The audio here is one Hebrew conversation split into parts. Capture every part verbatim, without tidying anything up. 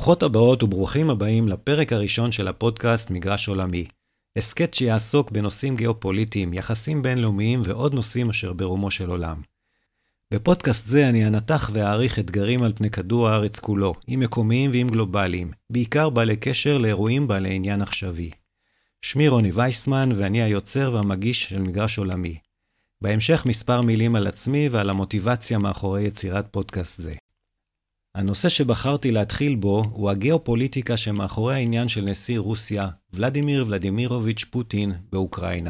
ברוכות הבאות וברוכים הבאים לפרק הראשון של הפודקאסט מגרש עולמי. הסקט שיעסוק בנושאים גיאופוליטיים, יחסים בינלאומיים ועוד נושאים אשר ברומו של עולם. בפודקאסט זה אני אנתח ואעריך אתגרים על פני כדור הארץ כולו, עם מקומיים ועם גלובליים, בעיקר בעלי קשר לאירועים בעלי עניין עכשווי. שמי רוני וייסמן ואני היוצר והמגיש של מגרש עולמי. בהמשך מספר מילים על עצמי ועל המוטיבציה מאחורי יצירת פודקאסט זה. הנושא שבחרתי להתחיל בו הוא הגיאופוליטיקה שמאחורי העניין של נשיא רוסיה, ולדימיר ולדימירוביץ' פוטין, באוקראינה.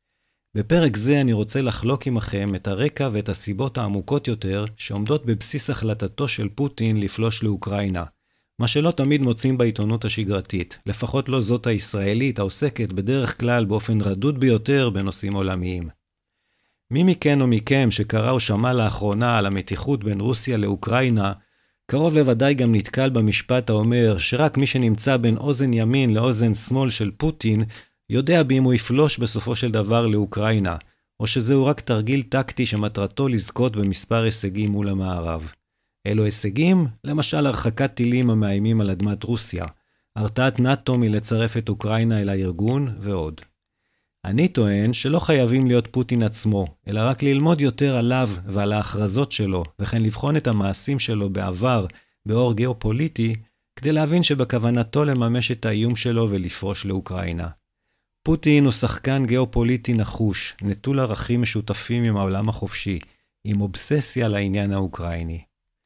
בפרק זה אני רוצה לחלוק עמכם את הרקע ואת הסיבות העמוקות יותר שעומדות בבסיס החלטתו של פוטין לפלוש לאוקראינה, מה שלא תמיד מוצאים בעיתונות השגרתית, לפחות לא זאת הישראלית העוסקת בדרך כלל באופן רדוד ביותר בנושאים עולמיים. מי מכן או מכם שקרא או שמע לאחרונה על המתיחות בין רוסיה לאוקראינה, קרוב לוודאי גם נתקל במשפט האומר שרק מי שנמצא בין אוזן ימין לאוזן שמאל של פוטין יודע באם הוא יפלוש בסופו של דבר לאוקראינה, או שזהו רק תרגיל טקטי שמטרתו לזכות במספר הישגים מול המערב. אלו הישגים, למשל הרחקת טילים המאיימים על אדמת רוסיה, הרתעת נאטו מלצרף את אוקראינה אל הארגון ועוד. אני טוען שלא חייבים להיות פוטין עצמו, אלא רק ללמוד יותר עליו ועל ההכרזות שלו, וכן לבחון את המעשים שלו בעבר באור גיאופוליטי, כדי להבין שבכוונתו לממש את האיום שלו ולפרוש לאוקראינה. פוטין הוא שחקן גיאופוליטי נחוש, נטול ערכים משותפים עם העולם החופשי, עם אובססיה לעניין האוקראיני.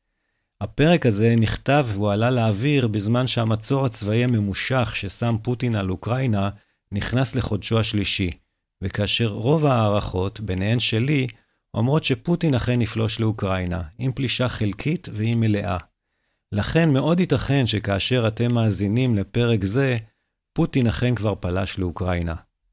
הפרק הזה נכתב והוא עלה לאוויר בזמן שהמצור הצבאי הממושך ששם פוטין על אוקראינה, נכנס לחודשו השלישי, וכאשר רוב הערכות, ביניהן שלי, אומרות שפוטין אכן יפלוש לאוקראינה, עם פלישה חלקית ועם מלאה. לכן מאוד ייתכן שכאשר אתם מאזינים לפרק זה, פוטין אכן כבר פלש לאוקראינה.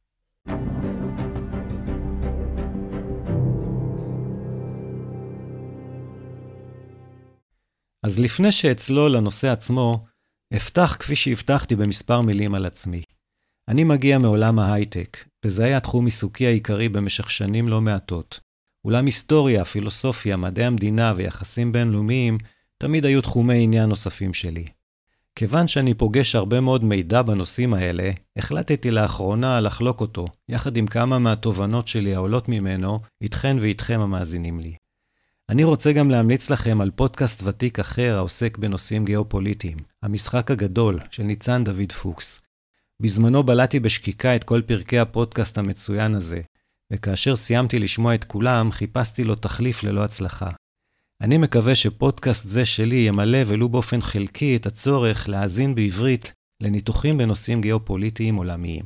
אז לפני שאצלול לנושא עצמו, אפתח כפי שהבטחתי במספר מילים על עצמי. אני מגיע מעולם ההייטק, וזה היה תחום עיסוקי העיקרי במשך שנים לא מעטות. אולם היסטוריה, פילוסופיה, מדעי המדינה ויחסים בינלאומיים תמיד היו תחומי עניין נוספים שלי. כיוון שאני פוגש הרבה מאוד מידע בנושאים האלה, החלטתי לאחרונה לחלוק אותו, יחד עם כמה מהתובנות שלי העולות ממנו, איתכן ואיתכם המאזינים לי. אני רוצה גם להמליץ לכם על פודקאסט ותיק אחר העוסק בנושאים גיאופוליטיים, המשחק הגדול של ניצן דוד פוקס. בזמנו בלעתי בשקיקה את כל פרקי הפודקאסט המצוין הזה, וכאשר סיימתי לשמוע את כולם, חיפשתי לו תחליף ללא הצלחה. אני מקווה שפודקאסט זה שלי ימלא ולו באופן חלקי את הצורך להאזין בעברית לניתוחים בנושאים גיאופוליטיים עולמיים.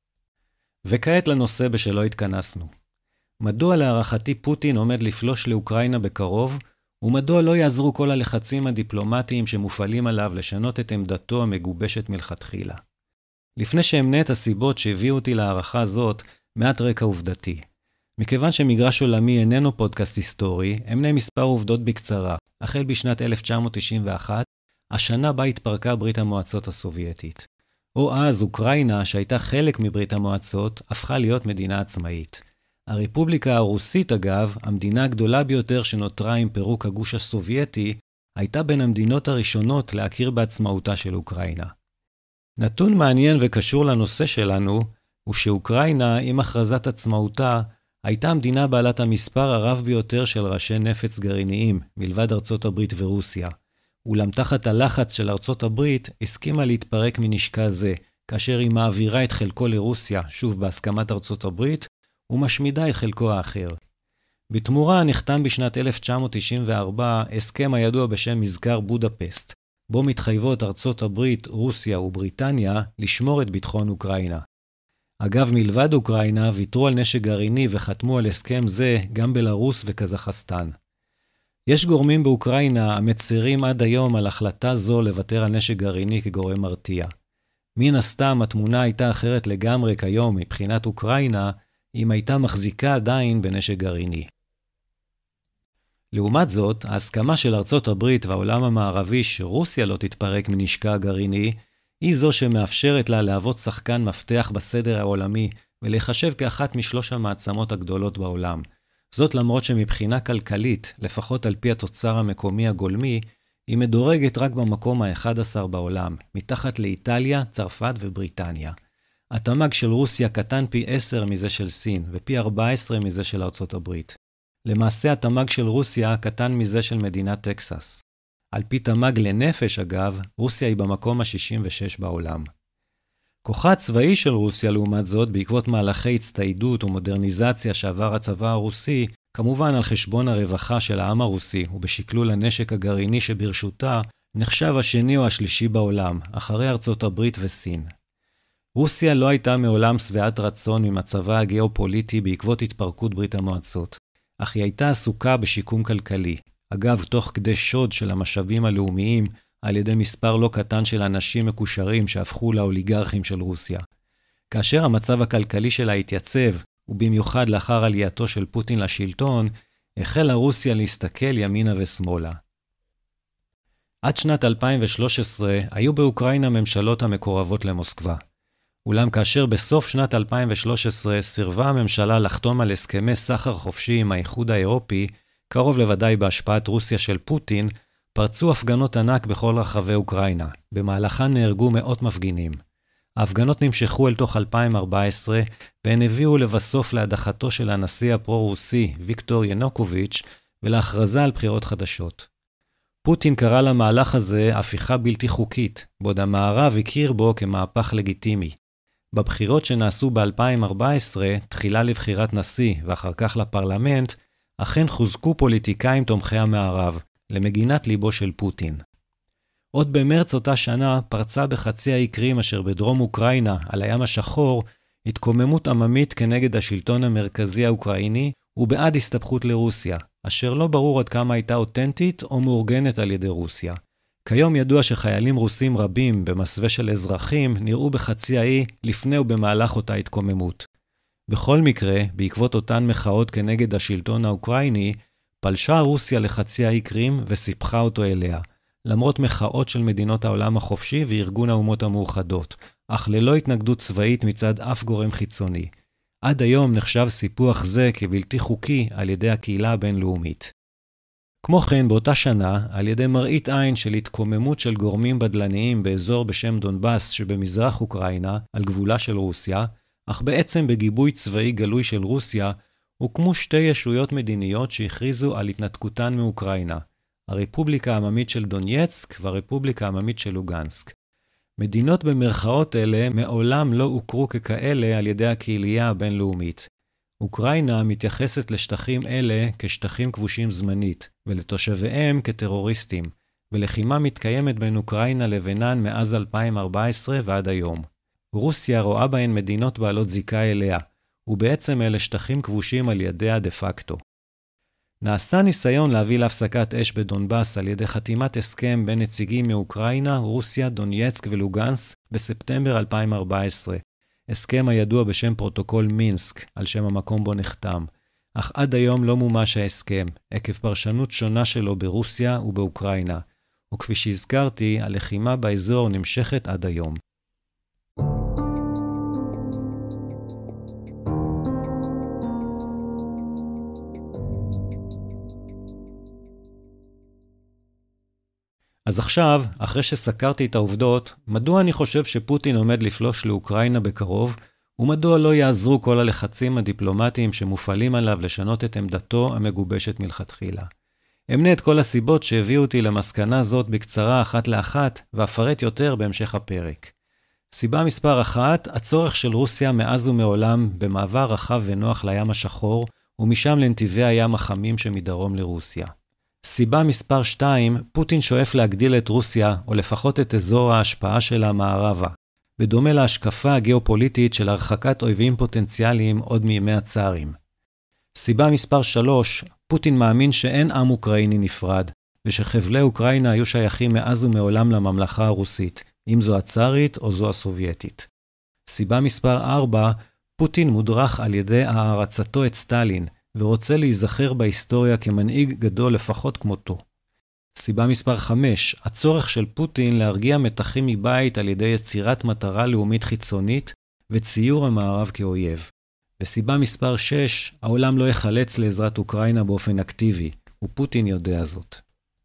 וכעת לנושא בשלו התכנסנו. מדוע להערכתי פוטין עומד לפלוש לאוקראינה בקרוב, ומדוע לא יעזרו כל הלחצים הדיפלומטיים שמופעלים עליו לשנות את עמדתו המגובשת מלכתחילה. לפני שאמנה את הסיבות שהביאו אותי להערכה זאת, מעט רקע עובדתי. מכיוון שמגרש עולמי איננו פודקאסט היסטורי, אמנה מספר עובדות בקצרה. החל בשנת אלף תשע מאות תשעים ואחת, השנה בה התפרקה ברית המועצות הסובייטית. או אז אוקראינה, שהייתה חלק מברית המועצות, הפכה להיות מדינה עצמאית. הרפובליקה הרוסית, אגב, המדינה הגדולה ביותר שנותרה עם פירוק הגוש הסובייטי, הייתה בין המדינות הראשונות להכיר בעצמאותה של אוקראינה. נתון מעניין וקשור לנושא שלנו, הוא שאוקראינה, עם הכרזת עצמאותה, הייתה המדינה בעלת המספר הרב ביותר של ראשי נפץ גרעיניים, מלבד ארצות הברית ורוסיה. אולם תחת הלחץ של ארצות הברית, הסכימה להתפרק מנשקה זה, כאשר היא מעבירה את חלקו לרוסיה, שוב בהסכמת ארצות הברית, ומשמידה את חלקו האחר. בתמורה נחתם בשנת אלף תשע מאות תשעים וארבע הסכם הידוע בשם מזכר בודפסט, בו מתחייבות ארצות הברית, רוסיה ובריטניה לשמור את ביטחון אוקראינה. אגב, מלבד אוקראינה, ויתרו על נשק גרעיני וחתמו על הסכם זה גם בלרוס וקזחסטן. יש גורמים באוקראינה המצרים עד היום על החלטה זו לוותר על נשק גרעיני כגורם מרתיע. מן הסתם התמונה הייתה אחרת לגמרי כיום מבחינת אוקראינה, אם הייתה מחזיקה עדיין בנשק גרעיני. לעומת זאת, ההסכמה של ארצות הברית והעולם המערבי שרוסיה לא תתפרק מנשקה הגרעיני, היא זו שמאפשרת לה להוות שחקן מפתח בסדר העולמי ולהיחשב כאחת משלוש המעצמות הגדולות בעולם. זאת למרות שמבחינה כלכלית, לפחות על פי התוצר המקומי הגולמי, היא מדורגת רק במקום ה-אחד עשר בעולם, מתחת לאיטליה, צרפת ובריטניה. התמ"ג של רוסיה קטן פי עשר מזה של סין, ופי ארבע עשרה מזה של ארצות הברית. למעשה התמ"ג של רוסיה קטן מזה של מדינת טקסס. על פי תמ"ג לנפש אגב, רוסיה היא במקום ה-שישים ושש בעולם. כוחה הצבאי של רוסיה לעומת זאת, בעקבות מהלכי הצטיידות ומודרניזציה שעבר הצבא הרוסי, כמובן על חשבון הרווחה של העם הרוסי ובשקלול הנשק הגרעיני שברשותה, נחשב השני או השלישי בעולם, אחרי ארצות הברית וסין. רוסיה לא הייתה מעולם שבעת רצון ממצבה הגיאופוליטי בעקבות התפרקות ברית המועצות, אך היא הייתה עסוקה בשיקום כלכלי, אגב תוך כדי שוד של המשאבים הלאומיים על ידי מספר לא קטן של אנשים מקושרים שהפכו לאוליגרכים של רוסיה. כאשר המצב הכלכלי שלה התייצב, ובמיוחד לאחר עלייתו של פוטין לשלטון, החלה רוסיה להסתכל ימינה ושמאלה. עד שנת אלפיים ושלוש עשרה היו באוקראינה ממשלות המקורבות למוסקבה. אולם כאשר בסוף שנת אלפיים ושלוש עשרה סירבה הממשלה לחתום על הסכמי סחר חופשי עם האיחוד האירופי, קרוב לוודאי בהשפעת רוסיה של פוטין, פרצו הפגנות ענק בכל רחבי אוקראינה, במהלכן נהרגו מאות מפגינים. ההפגנות נמשכו אל תוך אלפיים וארבע עשרה, והן הביאו לבסוף להדחתו של הנשיא הפרו-רוסי, ויקטור ינוקוביץ', ולהכרזה על בחירות חדשות. פוטין קרא למהלך הזה הפיכה בלתי חוקית, בעוד המערב הכיר בו כמהפך לגיטימי. בבחירות שנעשו ב-אלפיים וארבע עשרה, תחילה לבחירת נשיא ואחר כך לפרלמנט, אכן חוזקו פוליטיקאים תומכי המערב, למגינת ליבו של פוטין. עוד במרץ אותה שנה פרצה בחצי האי קרים אשר בדרום אוקראינה, על הים השחור, התקוממות עממית כנגד השלטון המרכזי האוקראיני ובעד הסתבכות לרוסיה, אשר לא ברור עד כמה הייתה אותנטית או מאורגנת על ידי רוסיה. כיום ידוע שחיילים רוסים רבים במסווה של אזרחים נראו בחצי האי לפני ובמהלך אותה התקוממות. בכל מקרה, בעקבות אותן מחאות כנגד השלטון האוקראיני, פלשה רוסיה לחצי האי קרים וסיפחה אותו אליה, למרות מחאות של מדינות העולם החופשי וארגון האומות המאוחדות, אך ללא התנגדות צבאית מצד אף גורם חיצוני. עד היום נחשב סיפוח זה כבלתי חוקי על ידי הקהילה הבינלאומית. כמו כן, באותה שנה, על ידי מראית עין של התקוממות של גורמים בדלניים באזור בשם דונבאס שבמזרח אוקראינה, על גבולה של רוסיה, אך בעצם בגיבוי צבאי גלוי של רוסיה, הוקמו שתי ישויות מדיניות שהכריזו על התנתקותן מאוקראינה, הרפובליקה העממית של דונייצק והרפובליקה העממית של לוגנסק. מדינות במרכאות אלה מעולם לא הוכרו ככאלה על ידי הקהילייה הבינלאומית. אוקראינה מתייחסת לשטחים אלה כשטחים כבושים זמנית, ולתושביהם כטרוריסטים, ולחימה מתקיימת בין אוקראינה לבינן מאז אלפיים וארבע עשרה ועד היום. רוסיה רואה בהן מדינות בעלות זיקה אליה, ובעצם אלה שטחים כבושים על ידיה דה פקטו. נעשה ניסיון להביא להפסקת אש בדונבאס על ידי חתימת הסכם בין נציגים מאוקראינה, רוסיה, דונייצק ולוגנסק בספטמבר אלפיים וארבע עשרה. הסכם הידוע בשם פרוטוקול מינסק, על שם המקום בו נחתם. אך עד היום לא מומש ההסכם, עקב פרשנות שונה שלו ברוסיה ובאוקראינה. וכפי שהזכרתי, הלחימה באזור נמשכת עד היום. אז עכשיו, אחרי שסקרתי את העובדות, מדוע אני חושב שפוטין עומד לפלוש לאוקראינה בקרוב, ומדוע לא יעזרו כל הלחצים הדיפלומטיים שמופעלים עליו לשנות את עמדתו המגובשת מלכתחילה. אמנה את כל הסיבות שהביאו אותי למסקנה זאת בקצרה אחת לאחת, ואפרט יותר בהמשך הפרק. סיבה מספר אחת, הצורך של רוסיה מאז ומעולם במעבר רחב ונוח לים השחור, ומשם לנתיבי הים החמים שמדרום לרוסיה. סיבה מספר שתיים, פוטין שואף להגדיל את רוסיה, או לפחות את אזור ההשפעה שלה מערבה, בדומה להשקפה הגיאופוליטית של הרחקת אויבים פוטנציאליים עוד מימי הצארים. סיבה מספר שלוש, פוטין מאמין שאין עם אוקראיני נפרד, ושחבלי אוקראינה היו שייכים מאז ומעולם לממלכה הרוסית, אם זו הצארית או זו הסובייטית. סיבה מספר ארבע, פוטין מודרך על ידי הערצתו את סטלין, ורוצה להיזכר בהיסטוריה כמנהיג גדול לפחות כמותו. סיבה מספר חמש, הצורך של פוטין להרגיע מתחים מבית על ידי יצירת מטרה לאומית חיצונית וציור המערב כאויב. וסיבה מספר שש, העולם לא יחלץ לעזרת אוקראינה באופן אקטיבי, ופוטין יודע זאת.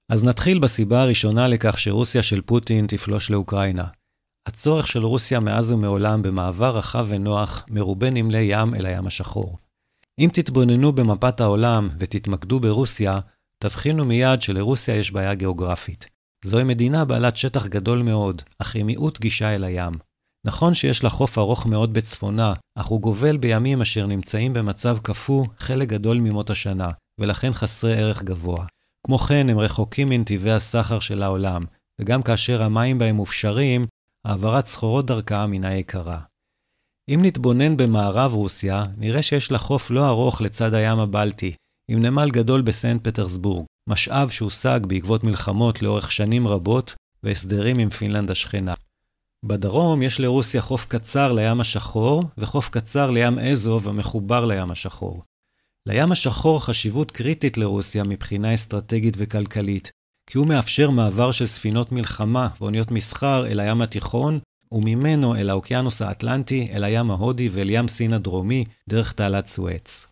אז נתחיל בסיבה הראשונה לכך שרוסיה של פוטין תפלוש לאוקראינה. הצורך של רוסיה מאז ומעולם במעבר רחב ונוח מרובה נמלי ים אל הים השחור. אם תתבוננו במפת העולם ותתמקדו ברוסיה, תבחינו מיד שלרוסיה יש בעיה גיאוגרפית. זוהי מדינה בעלת שטח גדול מאוד, אך עם מיעוט גישה אל הים. נכון שיש לה חוף ארוך מאוד בצפונה, אך הוא גובל בימים אשר נמצאים במצב קפוא חלק גדול ממות השנה, ולכן חסרי ערך גבוה. כמו כן, הם רחוקים מנתיבי הסחר של העולם, וגם כאשר המים בהם מופשרים, העברת סחורות דרכה מינה יקרה. אם נתבונן במערב רוסיה, נראה שיש לה חוף לא ארוך לצד הים הבלטי, עם נמל גדול בסנט פטרסבורג, משאב שהושג בעקבות מלחמות לאורך שנים רבות, והסדרים עם פינלנד השכנה. בדרום יש לרוסיה חוף קצר לים השחור, וחוף קצר לים אזוב המחובר לים השחור. לים השחור חשיבות קריטית לרוסיה מבחינה אסטרטגית וכלכלית, כי הוא מאפשר מעבר של ספינות מלחמה ואוניות מסחר אל הים התיכון, וממנו אל האוקיינוס האטלנטי, אל הים ההודי ואל ים סין הדרומי, דרך תעלת סואץ.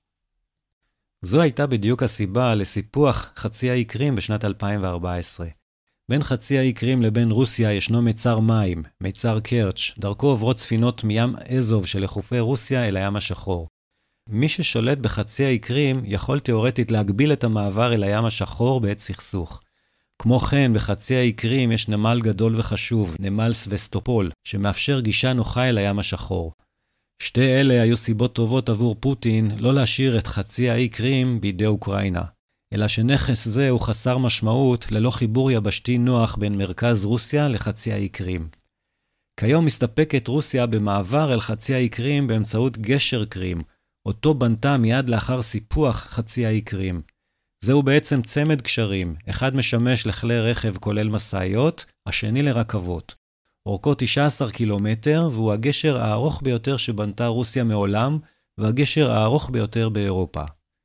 זו הייתה בדיוק הסיבה לסיפוח חצי האי קרים בשנת אלפיים וארבע עשרה. בין חצי האי קרים לבין רוסיה ישנו מצר מים, מצר קרץ', דרכו עוברות ספינות מים אזוב של לחופי רוסיה אל הים השחור. מי ששולט בחצי האי קרים יכול תיאורטית להגביל את המעבר אל הים השחור בעת סכסוך. כמו כן, בחצי האי קרים יש נמל גדול וחשוב, נמל סבסטופול, שמאפשר גישה נוחה אל הים השחור. שתי אלה היו סיבות טובות עבור פוטין לא להשאיר את חצי האי קרים בידי אוקראינה, אלא שנכס זה הוא חסר משמעות ללא חיבור יבשתי נוח בין מרכז רוסיה לחצי האי קרים. כיום מסתפקת רוסיה במעבר אל חצי האי קרים באמצעות גשר קרים, אותו בנתה מיד לאחר סיפוח חצי האי קרים. זהו בעצם צמד קשרים, אחד משמש לכלי רכב כולל מסעיות, השני לרכבות. אורכו תשעה עשר קילומטר, והוא הגשר הארוך ביותר שבנתה רוסיה מעולם, והגשר הארוך ביותר באירופה.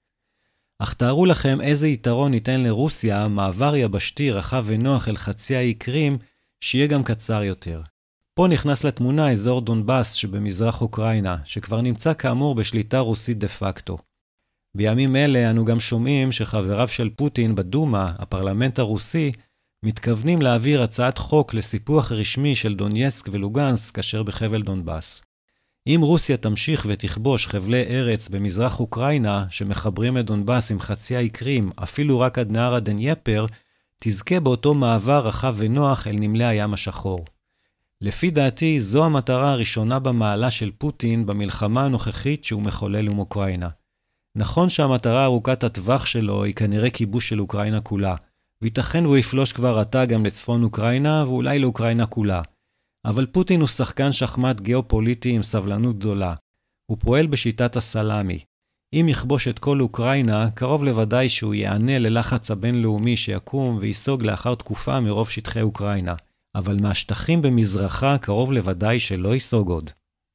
אך תארו לכם איזה יתרון ניתן לרוסיה מעבר יבשתי רחב ונוח אל חצי האי קרים, שיהיה גם קצר יותר. פה נכנס לתמונה אזור דונבאס שבמזרח אוקראינה, שכבר נמצא כאמור בשליטה רוסית דה פקטו. בימים אלה אנו גם שומעים שחבריו של פוטין בדומה, הפרלמנט הרוסי, מתכוונים להעביר הצעת חוק לסיפוח רשמי של דונייצק ולוגנסק אשר בחבל דונבאס. אם רוסיה תמשיך ותכבוש חבלי ארץ במזרח אוקראינה שמחברים את דונבאס עם חצי האי קרים, אפילו רק עד נהר הדנייפר, תזכה באותו מעבר רחב ונוח אל נמלי הים השחור. לפי דעתי, זו המטרה הראשונה במעלה של פוטין במלחמה הנוכחית שהוא מחולל עם אוקראינה. נכון שהמטרה ארוכת הטווח שלו היא כנראה כיבוש של אוקראינה כולה, וייתכן הוא יפלוש כבר עתה גם לצפון אוקראינה ואולי לאוקראינה כולה. אבל פוטין הוא שחקן שחמט גיאופוליטי עם סבלנות גדולה. הוא פועל בשיטת הסלאמי. אם יכבוש את כל אוקראינה, קרוב לוודאי שהוא יענה ללחץ הבינלאומי שיקום ויסוג לאחר תקופה מרוב שטחי אוקראינה. אבל מהשטחים במזרחה קרוב לוודאי שלא יסוג עוד.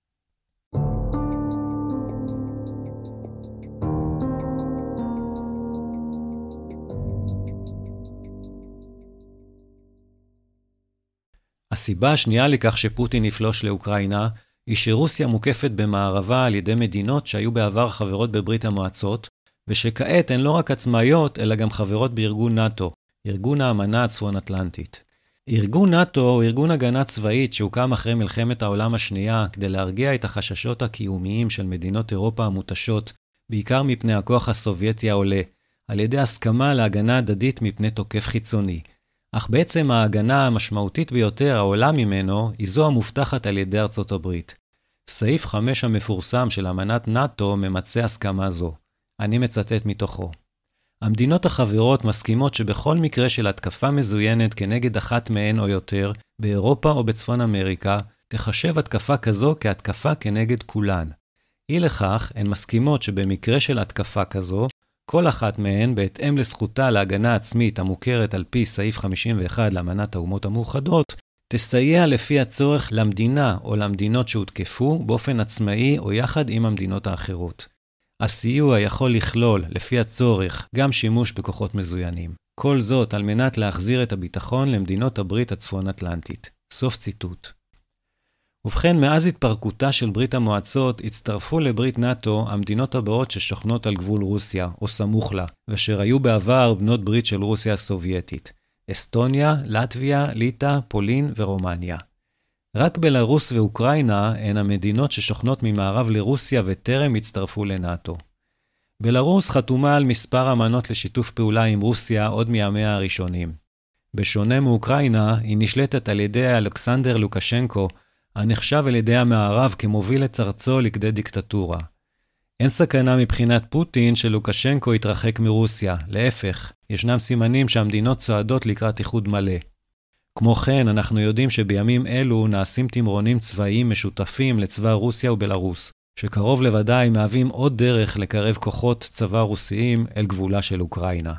הסיבה השנייה לכך שפוטין יפלוש לאוקראינה, היא שרוסיה מוקפת במערבה על ידי מדינות שהיו בעבר חברות בברית המועצות, ושכעת הן לא רק עצמאיות, אלא גם חברות בארגון נאטו, ארגון האמנה הצפון-אטלנטית. ארגון נאטו הוא ארגון הגנה צבאית שהוקם אחרי מלחמת העולם השנייה, כדי להרגיע את החששות הקיומיים של מדינות אירופה המותשות, בעיקר מפני הכוח הסובייטי העולה, על ידי הסכמה להגנה הדדית מפני תוקף חיצוני. אך בעצם ההגנה המשמעותית ביותר העולה ממנו היא זו המובטחת על ידי ארצות הברית. סעיף חמש המפורסם של אמנת נאטו ממצה הסכמה זו. אני מצטט מתוכו. המדינות החברות מסכימות שבכל מקרה של התקפה מזוינת כנגד אחת מהן או יותר, באירופה או בצפון אמריקה, תחשב התקפה כזו כהתקפה כנגד כולן. אי לכך, הן מסכימות שבמקרה של התקפה כזו, כל אחת מהן, בהתאם לזכותה להגנה עצמית המוכרת על פי סעיף חמישים ואחת לאמנת האומות המאוחדות, תסייע לפי הצורך למדינה או למדינות שהותקפו באופן עצמאי או יחד עם המדינות האחרות. הסיוע יכול לכלול, לפי הצורך, גם שימוש בכוחות מזוינים. כל זאת על מנת להחזיר את הביטחון למדינות הברית הצפון-אטלנטית. סוף ציטוט. ובכן, מאז התפרקותה של ברית המועצות, הצטרפו לברית נאטו המדינות הבאות ששוכנות על גבול רוסיה, או סמוך לה, ואשר היו בעבר בנות ברית של רוסיה הסובייטית. אסטוניה, לטביה, ליטא, פולין ורומניה. רק בלרוס ואוקראינה הן המדינות ששוכנות ממערב לרוסיה וטרם הצטרפו לנאטו. בלרוס חתומה על מספר אמנות לשיתוף פעולה עם רוסיה עוד מימיה הראשונים. בשונה מאוקראינה, היא נשלטת על ידי אלכסנדר לוקשנקו, הנחשב על ידי המערב כמוביל את ארצו לכדי דיקטטורה. אין סכנה מבחינת פוטין שלוקשנקו יתרחק מרוסיה, להפך, ישנם סימנים שהמדינות צועדות לקראת איחוד מלא. כמו כן, אנחנו יודעים שבימים אלו נעשים תמרונים צבאיים משותפים לצבא רוסיה ובלרוס, שקרוב לוודאי מהווים עוד דרך לקרב כוחות צבא רוסיים אל גבולה של אוקראינה.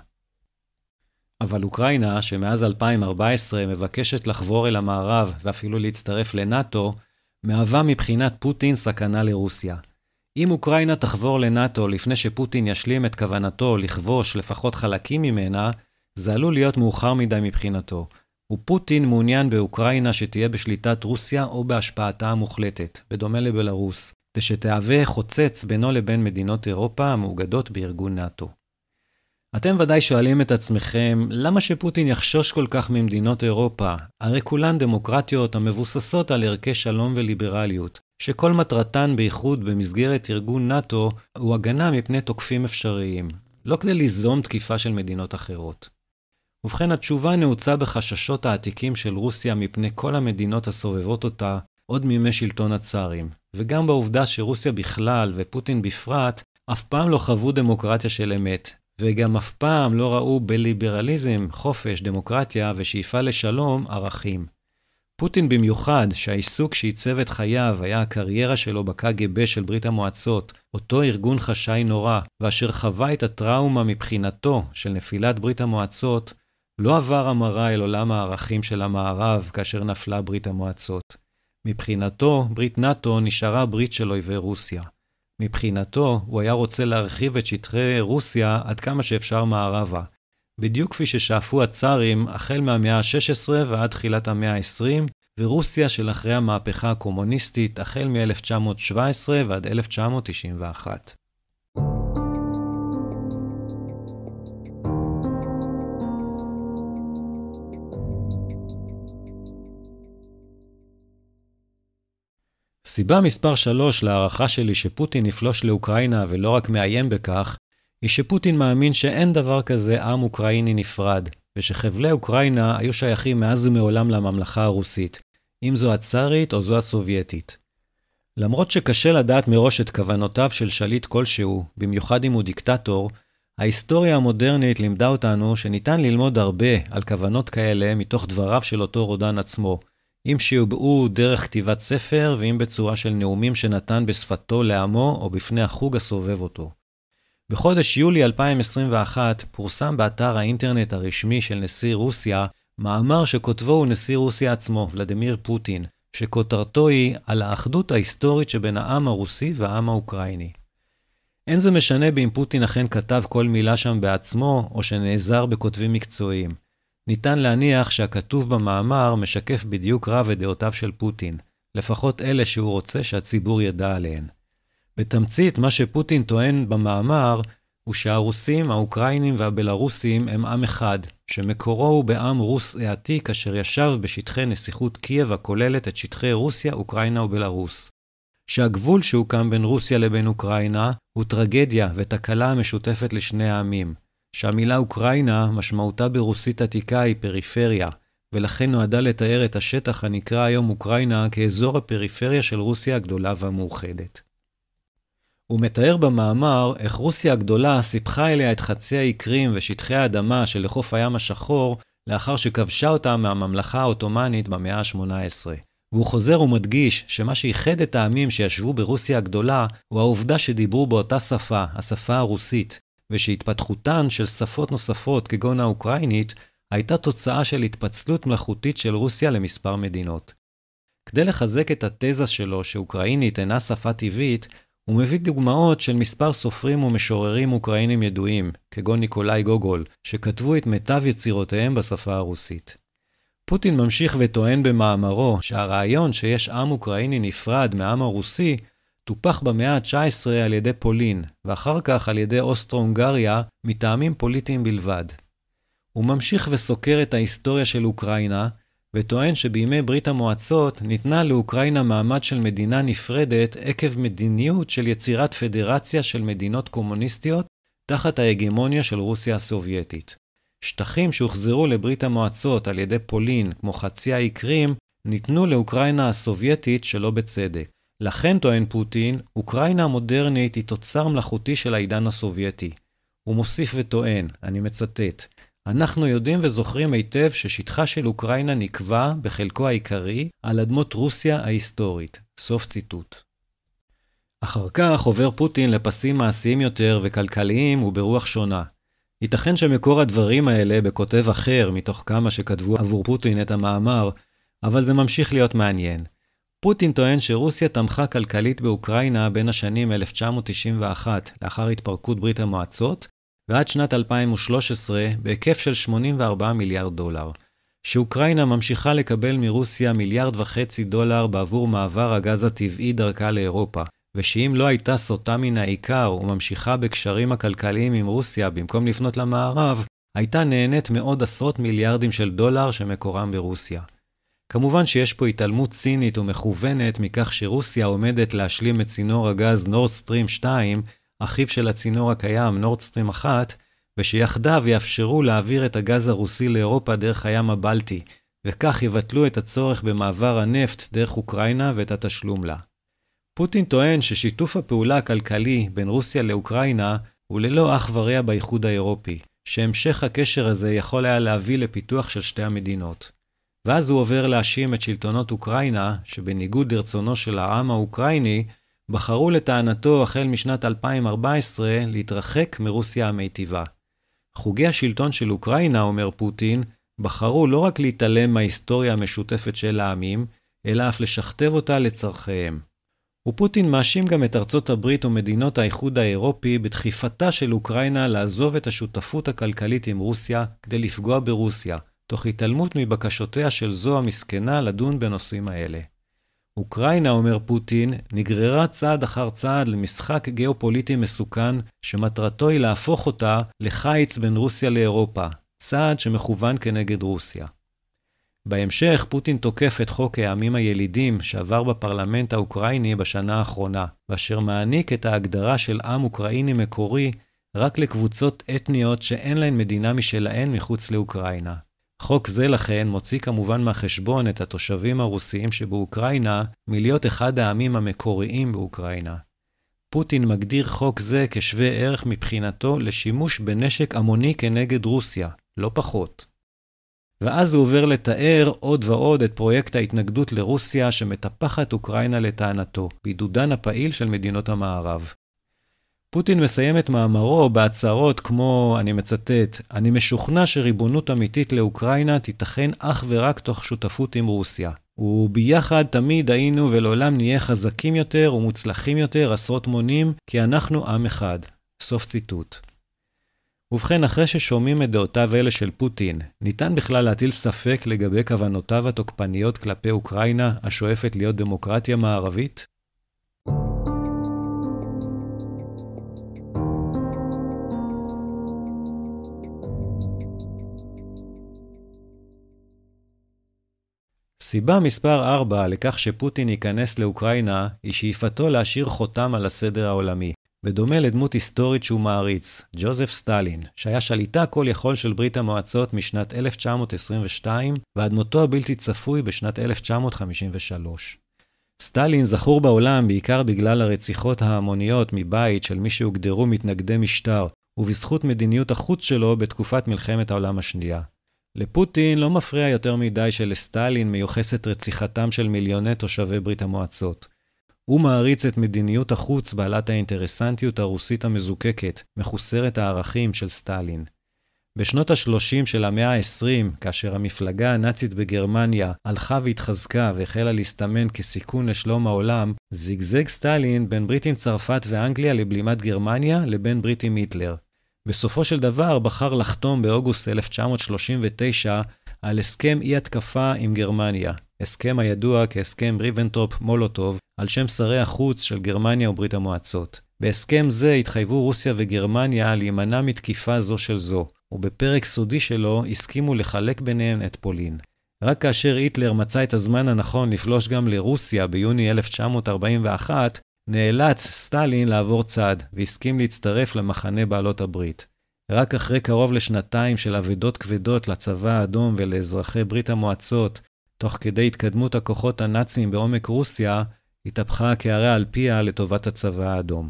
אבל אוקראינה, שמאז אלפיים וארבע עשרה מבקשת לחבור אל המערב ואפילו להצטרף לנאטו, מהווה מבחינת פוטין סכנה לרוסיה. אם אוקראינה תחבור לנאטו לפני שפוטין ישלים את כוונתו לכבוש לפחות חלקים ממנה, זה עלול להיות מאוחר מדי מבחינתו. ופוטין מעוניין באוקראינה שתהיה בשליטת רוסיה או בהשפעתה המוחלטת, בדומה לבלרוס, שתהווה חוצץ בינו לבין מדינות אירופה המאוגדות בארגון נאטו. אתם ודאי שואלים את עצמכם, למה שפוטין יחשוש כל כך ממדינות אירופה? הרי כולן דמוקרטיות המבוססות על ערכי שלום וליברליות, שכל מטרתן בייחוד במסגרת ארגון נאטו הוא הגנה מפני תוקפים אפשריים, לא כדי ליזום תקיפה של מדינות אחרות. ובכן, התשובה נעוצה בחששות העתיקים של רוסיה מפני כל המדינות הסובבות אותה עוד מימי שלטון הצארים, וגם בעובדה שרוסיה בכלל ופוטין בפרט אף פעם לא חוו דמוקרטיה של אמת, וגם אף פעם לא ראו בליברליזם, חופש, דמוקרטיה ושאיפה לשלום ערכים. פוטין במיוחד, שהעיסוק שעיצב את חייו היה הקריירה שלו בקג"ב של ברית המועצות, אותו ארגון חשאי נורא, ואשר חווה את הטראומה מבחינתו של נפילת ברית המועצות, לא עבר המרה אל עולם הערכים של המערב כאשר נפלה ברית המועצות. מבחינתו, ברית נאטו נשארה ברית של אויבי רוסיה. מבחינתו, הוא היה רוצה להרחיב את שטחי רוסיה עד כמה שאפשר מערבה. בדיוק כפי ששאפו הצארים החל מהמאה ה-שש עשרה ועד תחילת המאה ה-עשרים, ורוסיה של אחרי המהפכה הקומוניסטית החל מ-אלף תשע מאות שבע עשרה ועד אלף תשע מאות תשעים ואחת. סיבה מספר שלוש להערכה שלי שפוטין יפלוש לאוקראינה ולא רק מאיים בכך, היא שפוטין מאמין שאין דבר כזה עם אוקראיני נפרד, ושחבלי אוקראינה היו שייכים מאז ומעולם לממלכה הרוסית, אם זו הצארית או זו הסובייטית. למרות שקשה לדעת מראש את כוונותיו של שליט כלשהו, במיוחד אם הוא דיקטטור, ההיסטוריה המודרנית לימדה אותנו שניתן ללמוד הרבה על כוונות כאלה מתוך דבריו של אותו רודן עצמו, אם שיובעו דרך כתיבת ספר ואם בצורה של נאומים שנתן בשפתו לעמו או בפני החוג הסובב אותו. בחודש יולי אלפיים עשרים ואחת פורסם באתר האינטרנט הרשמי של נשיא רוסיה מאמר שכותבו הוא נשיא רוסיה עצמו, ולדימיר פוטין, שכותרתו היא על האחדות ההיסטורית שבין העם הרוסי והעם האוקראיני. אין זה משנה באם פוטין אכן כתב כל מילה שם בעצמו או שנעזר בכותבים מקצועיים. ניתן להניח שהכתוב במאמר משקף בדיוק רב את דעותיו של פוטין, לפחות אלה שהוא רוצה שהציבור ידע עליהן. בתמצית, מה שפוטין טוען במאמר הוא שהרוסים, האוקראינים והבלרוסים הם עם אחד, שמקורו הוא בעם רוס העתיק אשר ישב בשטחי נסיכות קייב הכוללת את שטחי רוסיה, אוקראינה ובלרוס. שהגבול שהוקם בין רוסיה לבין אוקראינה הוא טרגדיה ותקלה המשותפת לשני העמים. שהמילה אוקראינה משמעותה ברוסית עתיקה היא פריפריה, ולכן נועדה לתאר את השטח הנקרא היום אוקראינה כאזור הפריפריה של רוסיה הגדולה והמאוחדת. הוא מתאר במאמר איך רוסיה הגדולה סיפחה אליה את חצי האי קרים ושטחי האדמה של לחוף הים השחור לאחר שכבשה אותה מהממלכה האוטומנית במאה ה-שמונה עשרה. והוא חוזר ומדגיש שמה שייחד את העמים שישבו ברוסיה הגדולה הוא העובדה שדיברו באותה שפה, השפה הרוסית, ושהתפתחותן של שפות נוספות כגון האוקראינית הייתה תוצאה של התפצלות מלאכותית של רוסיה למספר מדינות. כדי לחזק את התזה שלו שאוקראינית אינה שפה טבעית, הוא מביא דוגמאות של מספר סופרים ומשוררים אוקראינים ידועים, כגון ניקולאי גוגול, שכתבו את מיטב יצירותיהם בשפה הרוסית. פוטין ממשיך וטוען במאמרו שהרעיון שיש עם אוקראיני נפרד מהעם הרוסי טופח במאה ה-תשע עשרה על ידי פולין, ואחר כך על ידי אוסטרו-הונגריה מטעמים פוליטיים בלבד. הוא ממשיך וסוקר את ההיסטוריה של אוקראינה, וטוען שבימי ברית המועצות ניתנה לאוקראינה מעמד של מדינה נפרדת עקב מדיניות של יצירת פדרציה של מדינות קומוניסטיות תחת ההגמוניה של רוסיה הסובייטית. שטחים שהוחזרו לברית המועצות על ידי פולין, כמו חצי האי קרים, ניתנו לאוקראינה הסובייטית שלא בצדק. לכן, טוען פוטין, אוקראינה המודרנית היא תוצר מלאכותי של העידן הסובייטי. הוא מוסיף וטוען, אני מצטט, אנחנו יודעים וזוכרים היטב ששטחה של אוקראינה נקבע בחלקו העיקרי על אדמות רוסיה ההיסטורית. סוף ציטוט. אחר כך עובר פוטין לפסים מעשיים יותר וכלכליים וברוח שונה. ייתכן שמקור הדברים האלה בכותב אחר מתוך כמה שכתבו עבור פוטין את המאמר, אבל זה ממשיך להיות מעניין. פוטין טוען שרוסיה תמכה כלכלית באוקראינה בין השנים אלף תשע מאות תשעים ואחת, לאחר התפרקות ברית המועצות, ועד שנת אלפיים ושלוש עשרה בהיקף של שמונים וארבעה מיליארד דולר. שאוקראינה ממשיכה לקבל מרוסיה מיליארד וחצי דולר בעבור מעבר הגז הטבעי דרכה לאירופה, ושאם לא הייתה סוטה מן העיקר וממשיכה בקשרים הכלכליים עם רוסיה במקום לפנות למערב, הייתה נהנית מעוד עשרות מיליארדים של דולר שמקורם ברוסיה. כמובן שיש פה התעלמות צינית ומכוונת מכך שרוסיה עומדת להשלים את צינור הגז נורד סטרים שתיים, אחיו של הצינור הקיים נורד סטרים אחת, ושיחדיו יאפשרו להעביר את הגז הרוסי לאירופה דרך הים הבלטי, וכך יבטלו את הצורך במעבר הנפט דרך אוקראינה ואת התשלום לה. פוטין טוען ששיתוף הפעולה הכלכלי בין רוסיה לאוקראינה הוא ללא אח ורע באיחוד האירופי, שהמשך הקשר הזה יכול היה להביא לפיתוח של שתי המדינות. ואז הוא עובר להאשים את שלטונות אוקראינה, שבניגוד לרצונו של העם האוקראיני, בחרו לטענתו החל משנת אלפיים וארבע עשרה להתרחק מרוסיה המיטיבה. חוגי השלטון של אוקראינה, אומר פוטין, בחרו לא רק להתעלם מההיסטוריה המשותפת של העמים, אלא אף לשכתב אותה לצרכיהם. ופוטין מאשים גם את ארצות הברית ומדינות האיחוד האירופי בדחיפתה של אוקראינה לעזוב את השותפות הכלכלית עם רוסיה כדי לפגוע ברוסיה, תוך התעלמות מבקשותיה של זו המסכנה לדון בנושאים האלה. אוקראינה, אומר פוטין, נגררה צעד אחר צעד למשחק גיאופוליטי מסוכן, שמטרתו היא להפוך אותה לחיץ בין רוסיה לאירופה, צעד שמכוון כנגד רוסיה. בהמשך, פוטין תוקף את חוק העמים הילידים שעבר בפרלמנט האוקראיני בשנה האחרונה, ואשר מעניק את ההגדרה של עם אוקראיני מקורי רק לקבוצות אתניות שאין להן מדינה משלהן מחוץ לאוקראינה. חוק זה לכן מוציא כמובן מהחשבון את התושבים הרוסיים שבאוקראינה מלהיות אחד העמים המקוריים באוקראינה. פוטין מגדיר חוק זה כשווה ערך מבחינתו לשימוש בנשק המוני כנגד רוסיה, לא פחות. ואז הוא עובר לתאר עוד ועוד את פרויקט ההתנגדות לרוסיה שמטפחת אוקראינה לטענתו, בעידודן הפעיל של מדינות המערב. פוטין מסיים את מאמרו בהצהרות כמו, אני מצטט, אני משוכנע שריבונות אמיתית לאוקראינה תיתכן אך ורק תוך שותפות עם רוסיה. וביחד תמיד היינו ולעולם נהיה חזקים יותר ומוצלחים יותר עשרות מונים, כי אנחנו עם אחד. סוף ציטוט. ובכן, אחרי ששומעים את דעותיו אלה של פוטין, ניתן בכלל להטיל ספק לגבי כוונותיו התוקפניות כלפי אוקראינה, השואפת להיות דמוקרטיה מערבית? סיבה מספר ארבע לכך שפוטין ייכנס לאוקראינה היא שאיפתו להשאיר חותם על הסדר העולמי, בדומה לדמות היסטורית שהוא מעריץ, ג'וזף סטלין, שהיה שליטה כל יכול של ברית המועצות משנת אלף תשע מאות עשרים ושתיים ועד מותו הבלתי צפוי בשנת אלף תשע מאות חמישים ושלוש. סטלין זכור בעולם בעיקר בגלל הרציחות ההמוניות מבית של מי שהוגדרו מתנגדי משטר, ובזכות מדיניות החוץ שלו בתקופת מלחמת העולם השנייה. לפוטין לא מפריע יותר מדי שלסטלין מיוחסת רציחתם של מיליוני תושבי ברית המועצות. הוא מעריץ את מדיניות החוץ בעלת האינטרסנטיות הרוסית המזוקקת, מחוסרת הערכים של סטלין. בשנות ה-שלושים של המאה ה-עשרים, כאשר המפלגה הנאצית בגרמניה הלכה והתחזקה והחלה להסתמן כסיכון לשלום העולם, זיגזג סטלין בין ברית עם צרפת ואנגליה לבלימת גרמניה לבין ברית עם היטלר. בסופו של דבר בחר לחתום באוגוסט אלף תשע מאות שלושים ותשע על הסכם אי התקפה עם גרמניה, הסכם הידוע כהסכם ריבנטרופ-מולוטוב, על שם שרי החוץ של גרמניה וברית המועצות. בהסכם זה התחייבו רוסיה וגרמניה להימנע מתקיפה זו של זו, ובפרק סודי שלו הסכימו לחלק ביניהם את פולין. רק כאשר היטלר מצא את הזמן הנכון לפלוש גם לרוסיה ביוני אלף תשע מאות ארבעים ואחת, נאלץ סטלין לעבור צד, והסכים להצטרף למחנה בעלות הברית. רק אחרי קרוב לשנתיים של עבודות כבדות לצבא האדום ולאזרחי ברית המועצות, תוך כדי התקדמות הכוחות הנאצים בעומק רוסיה, התהפכה הקערה על פיה לטובת הצבא האדום.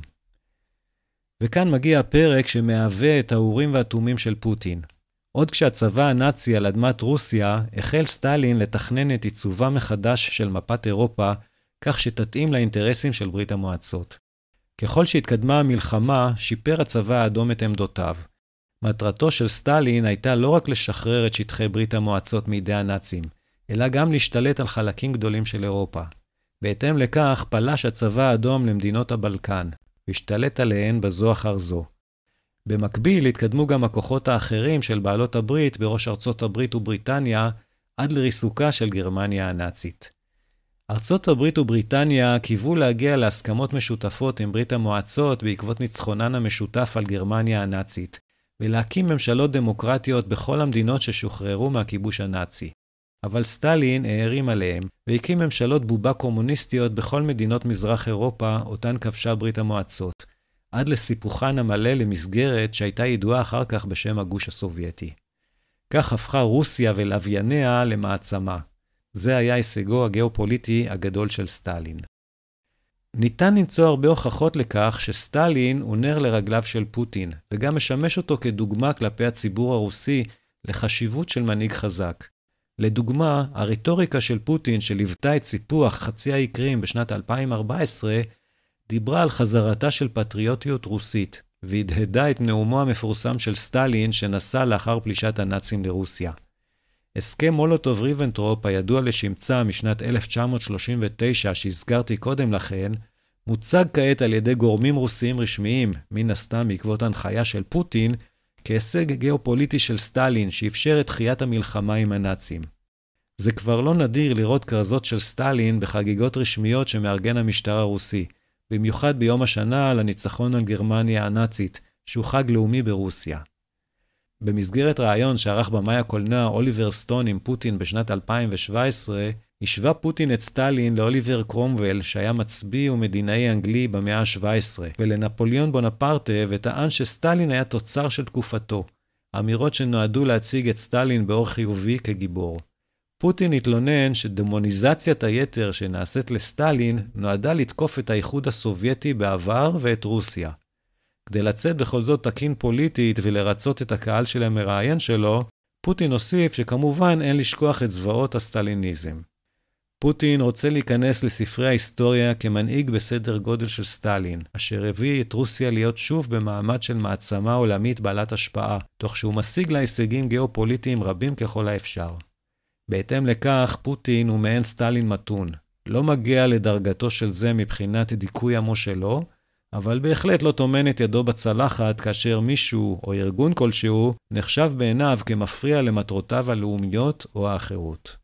וכאן מגיע הפרק שמהווה את האורים והתומים של פוטין. עוד כשהצבא הנאצי על אדמת רוסיה, החל סטלין לתכנן את עיצובה מחדש של מפת אירופה, כך שתתאים לאינטרסים של ברית המועצות. ככל שהתקדמה המלחמה, שיפר הצבא האדום את עמדותיו. מטרתו של סטלין הייתה לא רק לשחרר את שטחי ברית המועצות מידי הנאצים, אלא גם להשתלט על חלקים גדולים של אירופה. בהתאם לכך פלש הצבא האדום למדינות הבלקן, והשתלט עליהן בזו אחר זו. במקביל התקדמו גם הכוחות האחרים של בעלות הברית בראש ארצות הברית ובריטניה, עד לריסוקה של גרמניה הנאצית. ארצות הברית ובריטניה קיוו להגיע להסכמות משותפות עם ברית המועצות בעקבות ניצחונן המשותף על גרמניה הנאצית, ולהקים ממשלות דמוקרטיות בכל המדינות ששוחררו מהכיבוש הנאצי. אבל סטלין הערים עליהם, והקים ממשלות בובה קומוניסטיות בכל מדינות מזרח אירופה, אותן כבשה ברית המועצות, עד לסיפוחן המלא למסגרת שהייתה ידועה אחר כך בשם הגוש הסובייטי. כך הפכה רוסיה ולווייניה למעצמה. זה היה הישגו הגיאופוליטי הגדול של סטלין. ניתן למצוא הרבה הוכחות לכך שסטלין הוא נר לרגליו של פוטין, וגם משמש אותו כדוגמה כלפי הציבור הרוסי לחשיבות של מנהיג חזק. לדוגמה, הרטוריקה של פוטין שליוותה את סיפוח חצי האי קרים בשנת אלפיים וארבע עשרה, דיברה על חזרתה של פטריוטיות רוסית, והדהדה את נאומו המפורסם של סטלין שנשא לאחר פלישת הנאצים לרוסיה. הסכם מולוטוב-ריבנטרופ הידוע לשמצה משנת אלף תשע מאות שלושים ותשע שהזכרתי קודם לכן, מוצג כעת על ידי גורמים רוסיים רשמיים, מן הסתם בעקבות הנחיה של פוטין, כהישג גיאופוליטי של סטלין שאפשר את דחיית המלחמה עם הנאצים. זה כבר לא נדיר לראות כרזות של סטלין בחגיגות רשמיות שמארגן המשטר הרוסי, במיוחד ביום השנה לניצחון על גרמניה הנאצית, שהוא חג לאומי ברוסיה. במסגרת רעיון שערך במאי הקולנוע אוליבר סטון עם פוטין בשנת אלפיים שבע עשרה, השווה פוטין את סטלין לאוליבר קרומוול שהיה מצביא ומדינאי אנגלי במאה ה-שבע עשרה, ולנפוליאון בונפרטה, וטען שסטלין היה תוצר של תקופתו, אמירות שנועדו להציג את סטלין באור חיובי כגיבור. פוטין התלונן שדמוניזציית היתר שנעשית לסטלין נועדה לתקוף את האיחוד הסובייטי בעבר ואת רוסיה. כדי לצאת בכל זאת תקין פוליטית ולרצות את הקהל של המראיין שלו, פוטין הוסיף שכמובן אין לשכוח את זוועות הסטליניזם. פוטין רוצה להיכנס לספרי ההיסטוריה כמנהיג בסדר גודל של סטלין, אשר הביא את רוסיה להיות שוב במעמד של מעצמה עולמית בעלת השפעה, תוך שהוא משיג לה הישגים גיאופוליטיים רבים ככל האפשר. בהתאם לכך, פוטין הוא מעין סטלין מתון. לא מגיע לדרגתו של זה מבחינת דיכוי עמו שלו, אבל בהחלט לא טומן את ידו בצלחת כאשר מישהו או ארגון כלשהו נחשב בעיניו כמפריע למטרותיו הלאומיות או האחרות.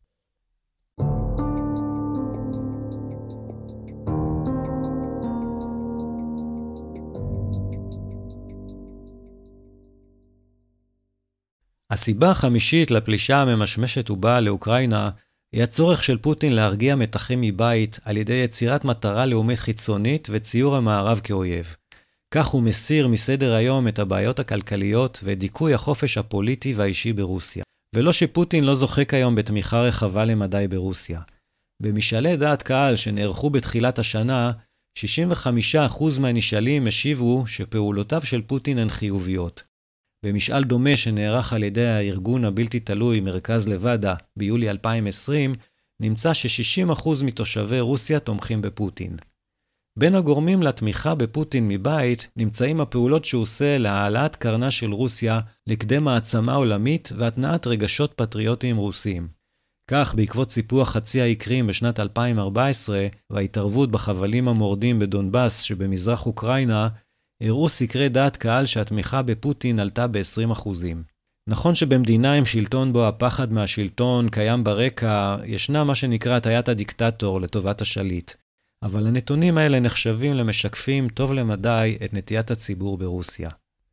הסיבה החמישית לפלישה הממשמשת ובאה לאוקראינה היא הצורך של פוטין להרגיע מתחים מבית על ידי יצירת מטרה לאומית חיצונית וציור המערב כאויב. כך הוא מסיר מסדר היום את הבעיות הכלכליות ואת דיכוי החופש הפוליטי והאישי ברוסיה. ולא שפוטין לא זוכה כיום בתמיכה רחבה למדי ברוסיה. במשאלי דעת קהל שנערכו בתחילת השנה, שישים וחמישה אחוז מהנשאלים השיבו שפעולותיו של פוטין הן חיוביות. במשאל דומה שנערך על ידי הארגון הבלתי תלוי מרכז לבדה ביולי אלפיים ועשרים, נמצא ש-שישים אחוז מתושבי רוסיה תומכים בפוטין. בין הגורמים לתמיכה בפוטין מבית נמצאים הפעולות שהוא עושה להעלאת קרנה של רוסיה לכדי מעצמה עולמית והתנעת רגשות פטריוטיים רוסיים. כך, בעקבות סיפוח חצי האי קרים בשנת אלפיים וארבע עשרה וההתערבות בחבלים המורדים בדונבאס שבמזרח אוקראינה, הראו סקרי דעת קהל שהתמיכה בפוטין עלתה ב-עשרים אחוזים. נכון שבמדינה עם שלטון בו הפחד מהשלטון קיים ברקע, ישנה מה שנקרא הטיית הדיקטטור לטובת השליט. אבל הנתונים האלה נחשבים למשקפים טוב למדי את נטיית הציבור ברוסיה.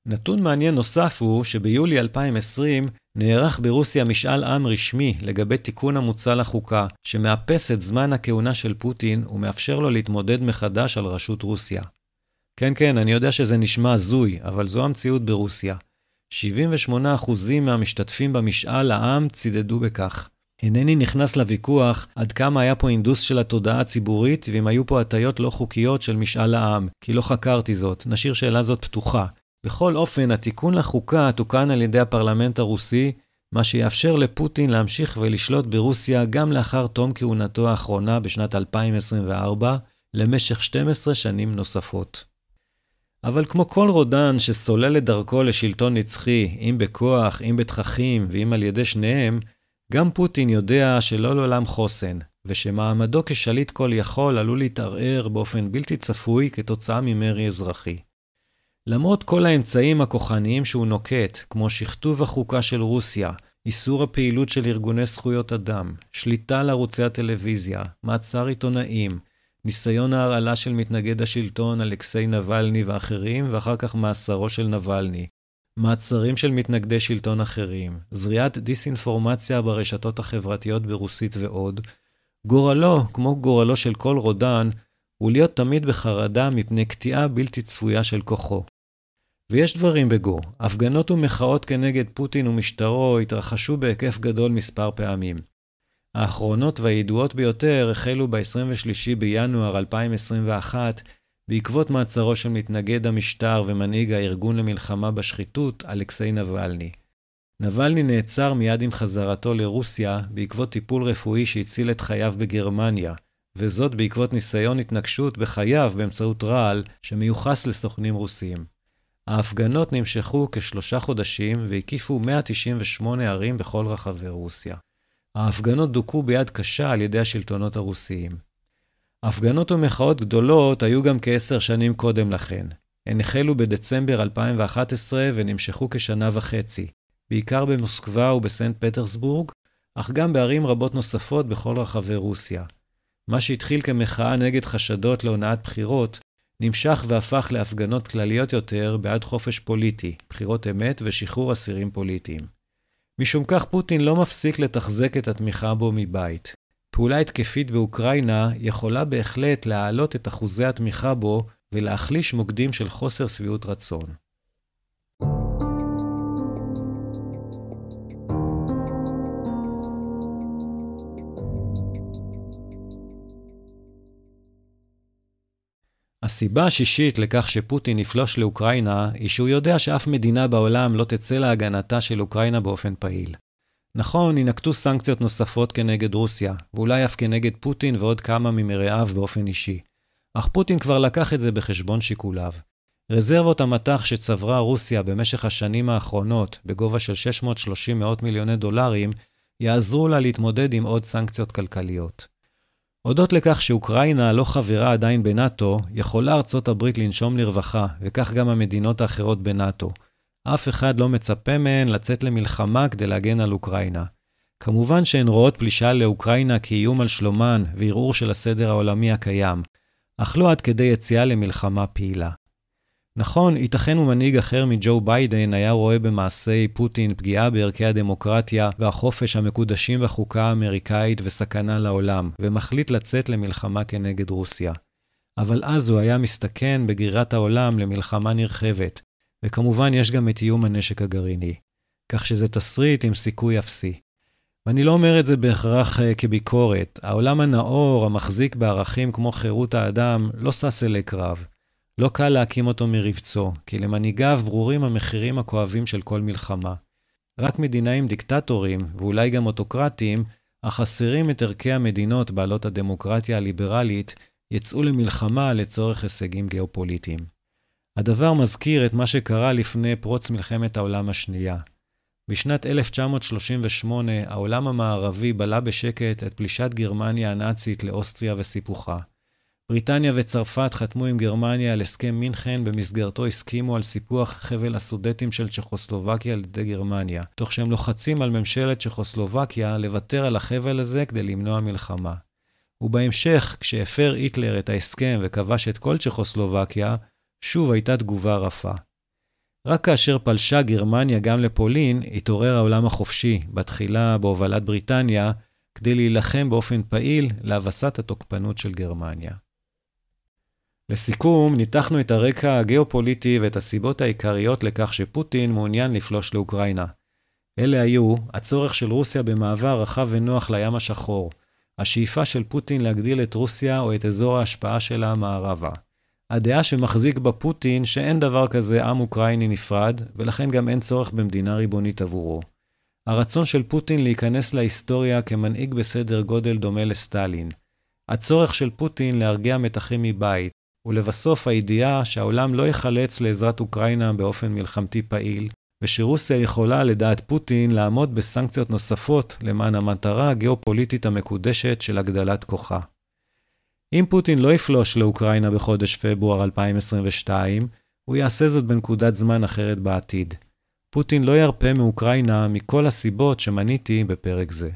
נתון מעניין נוסף הוא שביולי אלפיים ועשרים נערך ברוסיה משאל עם רשמי לגבי תיקון המוצע לחוקה, שמאפס את זמן הכהונה של פוטין ומאפשר לו להתמודד מחדש על ראשות רוסיה. כן, כן, אני יודע שזה נשמע הזוי, אבל זו המציאות ברוסיה. שבעים ושמונה אחוז מהמשתתפים במשאל העם צידדו בכך. אינני נכנס לוויכוח עד כמה היה פה אינדוס של התודעה הציבורית, ואם היו פה הטיות לא חוקיות של משאל העם, כי לא חקרתי זאת, נשאיר שאלה זאת פתוחה. בכל אופן, התיקון לחוקה תוקן על ידי הפרלמנט הרוסי, מה שיאפשר לפוטין להמשיך ולשלוט ברוסיה גם לאחר תום כהונתו האחרונה בשנת אלפיים עשרים וארבע, למשך שתים עשרה שנים נוספות. אבל כמו כל רודן שסולל את דרכו לשלטון נצחי, אם בכוח, אם בתככים ואם על ידי שניהם, גם פוטין יודע שלא לעולם חוסן, ושמעמדו כשליט כל יכול עלול להתערער באופן בלתי צפוי כתוצאה ממרי אזרחי. למרות כל האמצעים הכוחניים שהוא נוקט, כמו שכתוב החוקה של רוסיה, איסור הפעילות של ארגוני זכויות אדם, שליטה על ערוצי הטלוויזיה, מעצר עיתונאים, ניסיון ההרעלה של מתנגד השלטון אלכסיי נבלני ואחרים, ואחר כך מאסרו של נבלני, מעצרים של מתנגדי שלטון אחרים, זריעת דיסאינפורמציה ברשתות החברתיות ברוסית ועוד, גורלו, כמו גורלו של כל רודן, הוא להיות תמיד בחרדה מפני קטיעה בלתי צפויה של כוחו. ויש דברים בגו, הפגנות ומחאות כנגד פוטין ומשטרו התרחשו בהיקף גדול מספר פעמים. האחרונות והידועות ביותר החלו ב-עשרים ושלושה בינואר אלפיים עשרים ואחת, בעקבות מעצרו של מתנגד המשטר ומנהיג הארגון למלחמה בשחיתות, אלכסיי נבלני. נבלני נעצר מיד עם חזרתו לרוסיה בעקבות טיפול רפואי שהציל את חייו בגרמניה, וזאת בעקבות ניסיון התנגשות בחייו באמצעות רעל שמיוחס לסוכנים רוסיים. ההפגנות נמשכו כשלושה חודשים והקיפו מאה תשעים ושמונה ערים בכל רחבי רוסיה. ההפגנות דוכאו ביד קשה על ידי השלטונות הרוסיים. הפגנות ומחאות גדולות היו גם כעשר שנים קודם לכן. הן החלו בדצמבר אלפיים ואחת עשרה ונמשכו כשנה וחצי, בעיקר במוסקבה ובסנט פטרסבורג, אך גם בערים רבות נוספות בכל רחבי רוסיה. מה שהתחיל כמחאה נגד חשדות להונאת בחירות, נמשך והפך להפגנות כלליות יותר בעד חופש פוליטי, בחירות אמת ושחרור אסירים פוליטיים. משום כך פוטין לא מפסיק לתחזק את התמיכה בו מבית. פעולה התקפית באוקראינה יכולה בהחלט להעלות את אחוזי התמיכה בו ולהחליש מוקדים של חוסר שביעות רצון. הסיבה השישית לכך שפוטין יפלוש לאוקראינה היא שהוא יודע שאף מדינה בעולם לא תצא להגנתה של אוקראינה באופן פעיל. נכון, ינקטו סנקציות נוספות כנגד רוסיה, ואולי אף כנגד פוטין ועוד כמה ממרעיו באופן אישי. אך פוטין כבר לקח את זה בחשבון שיקוליו. רזרבות המטח שצברה רוסיה במשך השנים האחרונות, בגובה של שש מאות ושלושים מיליוני דולרים, יעזרו לה להתמודד עם עוד סנקציות כלכליות. הודות לכך שאוקראינה לא חברה עדיין בנאטו, יכולה ארצות הברית לנשום לרווחה, וכך גם המדינות האחרות בנאטו. אף אחד לא מצפה מהן לצאת למלחמה כדי להגן על אוקראינה. כמובן שהן רואות פלישה לאוקראינה כאיום על שלומן וערעור של הסדר העולמי הקיים, אך לא עד כדי יציאה למלחמה פעילה. נכון, ייתכן ומנהיג אחר מג'ו ביידן היה רואה במעשי פוטין פגיעה בערכי הדמוקרטיה והחופש המקודשים בחוקה האמריקאית וסכנה לעולם, ומחליט לצאת למלחמה כנגד רוסיה. אבל אז הוא היה מסתכן בגרירת העולם למלחמה נרחבת, וכמובן יש גם את איום הנשק הגרעיני, כך שזה תסריט עם סיכוי אפסי. ואני לא אומר את זה בהכרח כביקורת, העולם הנאור המחזיק בערכים כמו חירות האדם לא שש אלי קרב. לא קל להקים אותו מרבצו, כי למנהיגיו ברורים המחירים הכואבים של כל מלחמה. רק מדינאים דיקטטורים, ואולי גם אוטוקרטים, החסרים את ערכי המדינות בעלות הדמוקרטיה הליברלית, יצאו למלחמה לצורך הישגים גיאופוליטיים. הדבר מזכיר את מה שקרה לפני פרוץ מלחמת העולם השנייה. בשנת אלף תשע מאות שלושים ושמונה, העולם המערבי בלה בשקט את פלישת גרמניה הנאצית לאוסטריה וסיפוחה. בריטניה וצרפת חתמו עם גרמניה על הסכם מינכן, במסגרתו הסכימו על סיפוח חבל הסודטים של צ'כוסלובקיה על ידי גרמניה, תוך שהם לוחצים על ממשלת צ'כוסלובקיה לוותר על החבל הזה כדי למנוע מלחמה. ובהמשך, כשהפר היטלר את ההסכם וכבש את כל צ'כוסלובקיה, שוב הייתה תגובה רפה. רק כאשר פלשה גרמניה גם לפולין, התעורר העולם החופשי, בתחילה בהובלת בריטניה, כדי להילחם באופן פעיל להבסת התוקפנות של גרמניה. לסיכום, ניתחנו את הרקע הגיאופוליטי ואת הסיבות העיקריות לכך שפוטין מעוניין לפלוש לאוקראינה. אלה היו הצורך של רוסיה במעבר רחב ונוח לים השחור, השאיפה של פוטין להגדיל את רוסיה או את אזור ההשפעה שלה מערבה, הדעה שמחזיק בפוטין שאין דבר כזה עם אוקראיני נפרד, ולכן גם אין צורך במדינה ריבונית עבורו. הרצון של פוטין להיכנס להיסטוריה כמנהיג בסדר גודל דומה לסטלין. הצורך של פוטין להרגיע מתחים מבית, ולבסוף הידיעה שהעולם לא יחלץ לעזרת אוקראינה באופן מלחמתי פעיל, ושרוסיה יכולה לדעת פוטין לעמוד בסנקציות נוספות למען המטרה הגיאופוליטית המקודשת של הגדלת כוחה. אם פוטין לא יפלוש לאוקראינה בחודש פברואר אלפיים עשרים ושתיים, הוא יעשה זאת בנקודת זמן אחרת בעתיד. פוטין לא ירפה מאוקראינה מכל הסיבות שמניתי בפרק זה.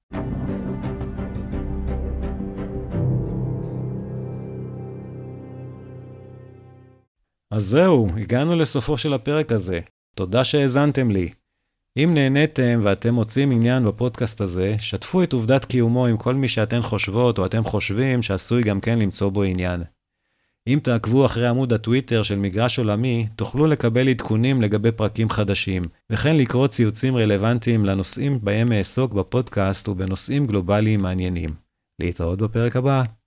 אז זהו, הגענו לסופו של הפרק הזה. תודה שהאזנתם לי. אם נהניתם ואתם מוצאים עניין בפודקאסט הזה, שתפו את עובדת קיומו עם כל מי שאתן חושבות או אתם חושבים שעשוי גם כן למצוא בו עניין. אם תעקבו אחרי עמוד הטוויטר של מגרש עולמי, תוכלו לקבל עדכונים לגבי פרקים חדשים, וכן לקרוא ציוצים רלוונטיים לנושאים בהם אעסוק בפודקאסט ובנושאים גלובליים מעניינים. להתראות בפרק הבא.